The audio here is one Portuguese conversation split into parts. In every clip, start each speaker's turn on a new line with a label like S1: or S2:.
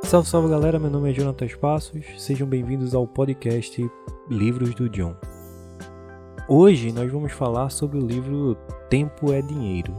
S1: Salve, salve galera, meu nome é Jonatas Passos, sejam bem-vindos ao podcast Livros do John. Hoje nós vamos falar sobre o livro Tempo é Dinheiro.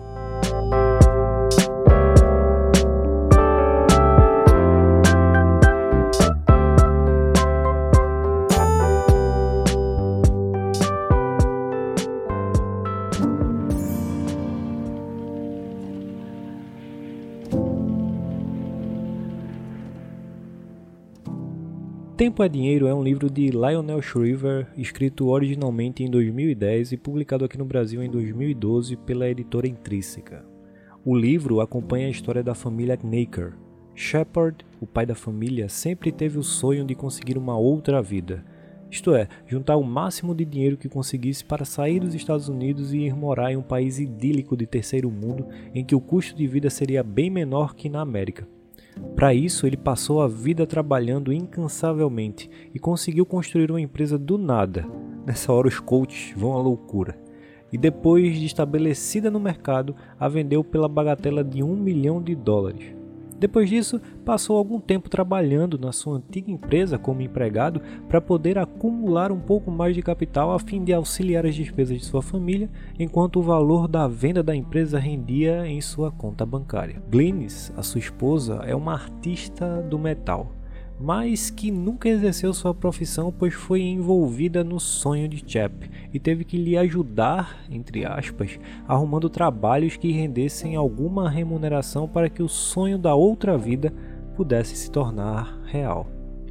S1: Tempo é Dinheiro é um livro de Lionel Shriver, escrito originalmente em 2010 e publicado aqui no Brasil em 2012 pela editora Intrínseca. O livro acompanha a história da família Knaker. Shepard, o pai da família, sempre teve o sonho de conseguir uma outra vida, isto é, juntar o máximo de dinheiro que conseguisse para sair dos Estados Unidos e ir morar em um país idílico de terceiro mundo em que o custo de vida seria bem menor que na América. Para isso, ele passou a vida trabalhando incansavelmente e conseguiu construir uma empresa do nada. Nessa hora os coaches vão à loucura. E depois de estabelecida no mercado, a vendeu pela bagatela de $1 milhão. Depois disso, passou algum tempo trabalhando na sua antiga empresa como empregado para poder acumular um pouco mais de capital a fim de auxiliar as despesas de sua família, enquanto o valor da venda da empresa rendia em sua conta bancária. Glynis, a sua esposa, é uma artista do metal, mas que nunca exerceu sua profissão pois foi envolvida no sonho de Chap e teve que lhe ajudar, entre aspas, arrumando trabalhos que rendessem alguma remuneração para que o sonho da outra vida pudesse se tornar real.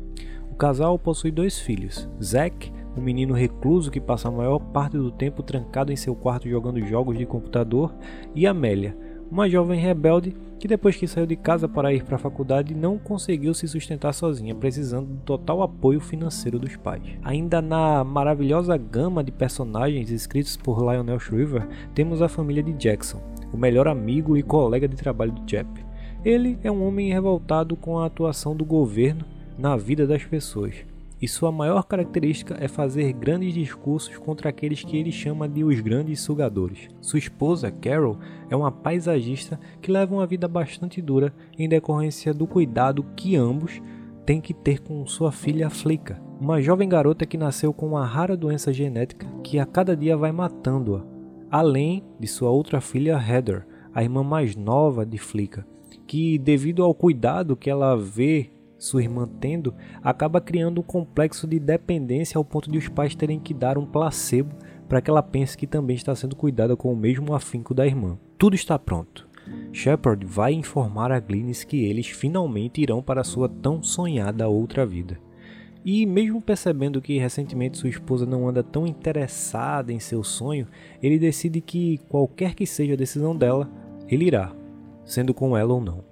S1: O casal possui 2 filhos, Zack, um menino recluso que passa a maior parte do tempo trancado em seu quarto jogando jogos de computador, e Amélia, uma jovem rebelde que depois que saiu de casa para ir para a faculdade não conseguiu se sustentar sozinha, precisando do total apoio financeiro dos pais. Ainda na maravilhosa gama de personagens escritos por Lionel Shriver, temos a família de Jackson, o melhor amigo e colega de trabalho de Chap. Ele é um homem revoltado com a atuação do governo na vida das pessoas, e sua maior característica é fazer grandes discursos contra aqueles que ele chama de os grandes sugadores. Sua esposa, Carol, é uma paisagista que leva uma vida bastante dura em decorrência do cuidado que ambos têm que ter com sua filha Flicka, uma jovem garota que nasceu com uma rara doença genética que a cada dia vai matando-a, além de sua outra filha Heather, a irmã mais nova de Flicka, que devido ao cuidado que ela vê sua irmã tendo, acaba criando um complexo de dependência ao ponto de os pais terem que dar um placebo para que ela pense que também está sendo cuidada com o mesmo afinco da irmã. Tudo está pronto. Shepard vai informar a Glynis que eles finalmente irão para sua tão sonhada outra vida. E mesmo percebendo que recentemente sua esposa não anda tão interessada em seu sonho, ele decide que qualquer que seja a decisão dela, ele irá, sendo com ela ou não.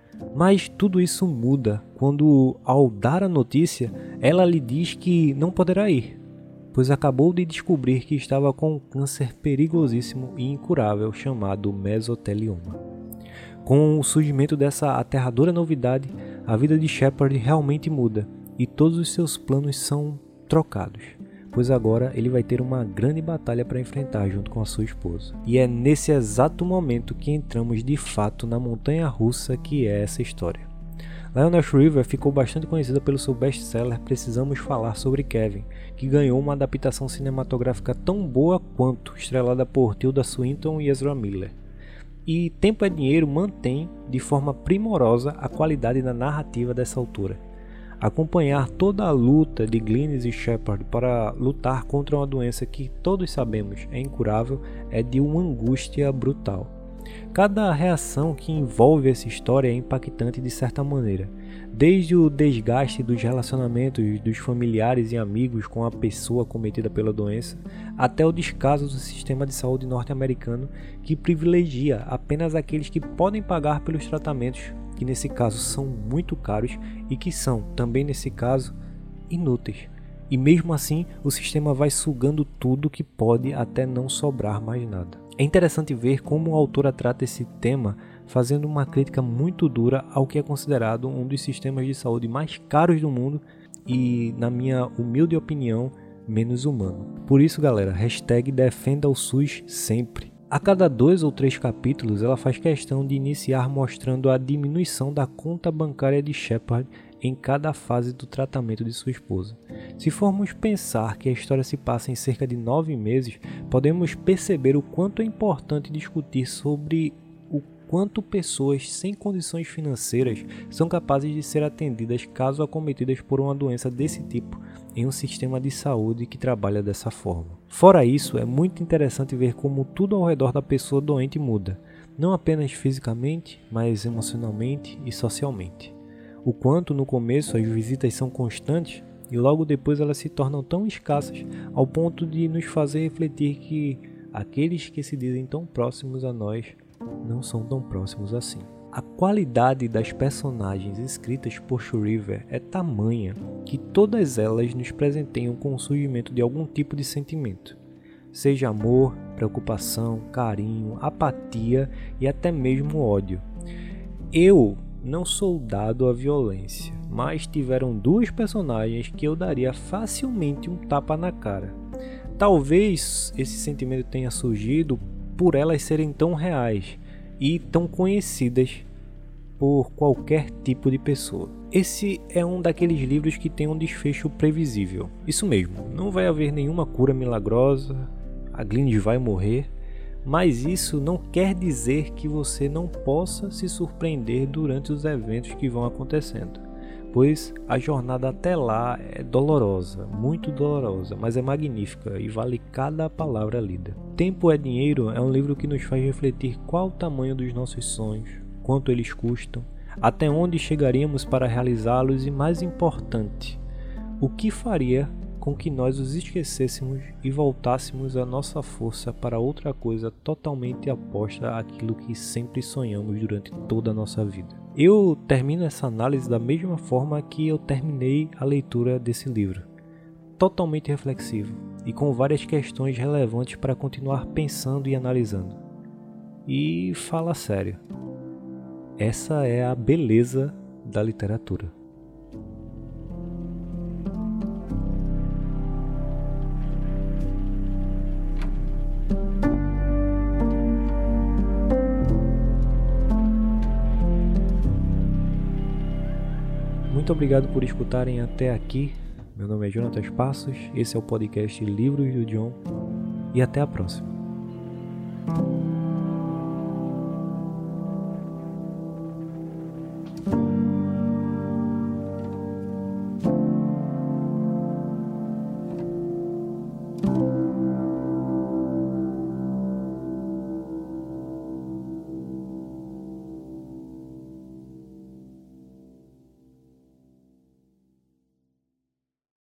S1: Mas tudo isso muda quando, ao dar a notícia, ela lhe diz que não poderá ir, pois acabou de descobrir que estava com um câncer perigosíssimo e incurável chamado mesotelioma. Com o surgimento dessa aterradora novidade, a vida de Shepard realmente muda e todos os seus planos são trocados, pois agora ele vai ter uma grande batalha para enfrentar junto com a sua esposa. E é nesse exato momento que entramos de fato na montanha-russa que é essa história. Lionel Shriver ficou bastante conhecida pelo seu best-seller Precisamos Falar Sobre Kevin, que ganhou uma adaptação cinematográfica tão boa quanto, estrelada por Tilda Swinton e Ezra Miller. E Tempo é Dinheiro mantém de forma primorosa a qualidade da narrativa dessa autora. Acompanhar toda a luta de Glynis e Shepard para lutar contra uma doença que todos sabemos é incurável é de uma angústia brutal. Cada reação que envolve essa história é impactante de certa maneira, desde o desgaste dos relacionamentos dos familiares e amigos com a pessoa cometida pela doença, até o descaso do sistema de saúde norte-americano que privilegia apenas aqueles que podem pagar pelos tratamentos, que nesse caso são muito caros e que são, também nesse caso, inúteis. E mesmo assim, o sistema vai sugando tudo que pode até não sobrar mais nada. É interessante ver como a autora trata esse tema, fazendo uma crítica muito dura ao que é considerado um dos sistemas de saúde mais caros do mundo e, na minha humilde opinião, menos humano. Por isso, galera, #defenda o SUS sempre. A cada 2 ou 3 capítulos, ela faz questão de iniciar mostrando a diminuição da conta bancária de Shepard em cada fase do tratamento de sua esposa. Se formos pensar que a história se passa em cerca de 9 meses, podemos perceber o quanto é importante discutir sobre o quanto pessoas sem condições financeiras são capazes de ser atendidas caso acometidas por uma doença desse tipo em um sistema de saúde que trabalha dessa forma. Fora isso, é muito interessante ver como tudo ao redor da pessoa doente muda, não apenas fisicamente, mas emocionalmente e socialmente. O quanto no começo as visitas são constantes e logo depois elas se tornam tão escassas ao ponto de nos fazer refletir que aqueles que se dizem tão próximos a nós não são tão próximos assim. A qualidade das personagens escritas por Shriver é tamanha que todas elas nos presenteiam com o surgimento de algum tipo de sentimento, seja amor, preocupação, carinho, apatia e até mesmo ódio. Eu não sou dado à violência, mas tiveram 2 personagens que eu daria facilmente um tapa na cara. Talvez esse sentimento tenha surgido por elas serem tão reais e tão conhecidas por qualquer tipo de pessoa. Esse é um daqueles livros que tem um desfecho previsível. Isso mesmo, não vai haver nenhuma cura milagrosa, a Glynis vai morrer, mas isso não quer dizer que você não possa se surpreender durante os eventos que vão acontecendo, pois a jornada até lá é dolorosa, muito dolorosa, mas é magnífica e vale cada palavra lida. Tempo é Dinheiro é um livro que nos faz refletir qual o tamanho dos nossos sonhos, quanto eles custam, até onde chegaríamos para realizá-los e, mais importante, o que faria com que nós os esquecêssemos e voltássemos a nossa força para outra coisa totalmente oposta àquilo que sempre sonhamos durante toda a nossa vida. Eu termino essa análise da mesma forma que eu terminei a leitura desse livro, totalmente reflexivo e com várias questões relevantes para continuar pensando e analisando. E fala sério, essa é a beleza da literatura. Muito obrigado por escutarem até aqui. Meu nome é Jonatas Passos, esse é o podcast Livros do John e até a próxima.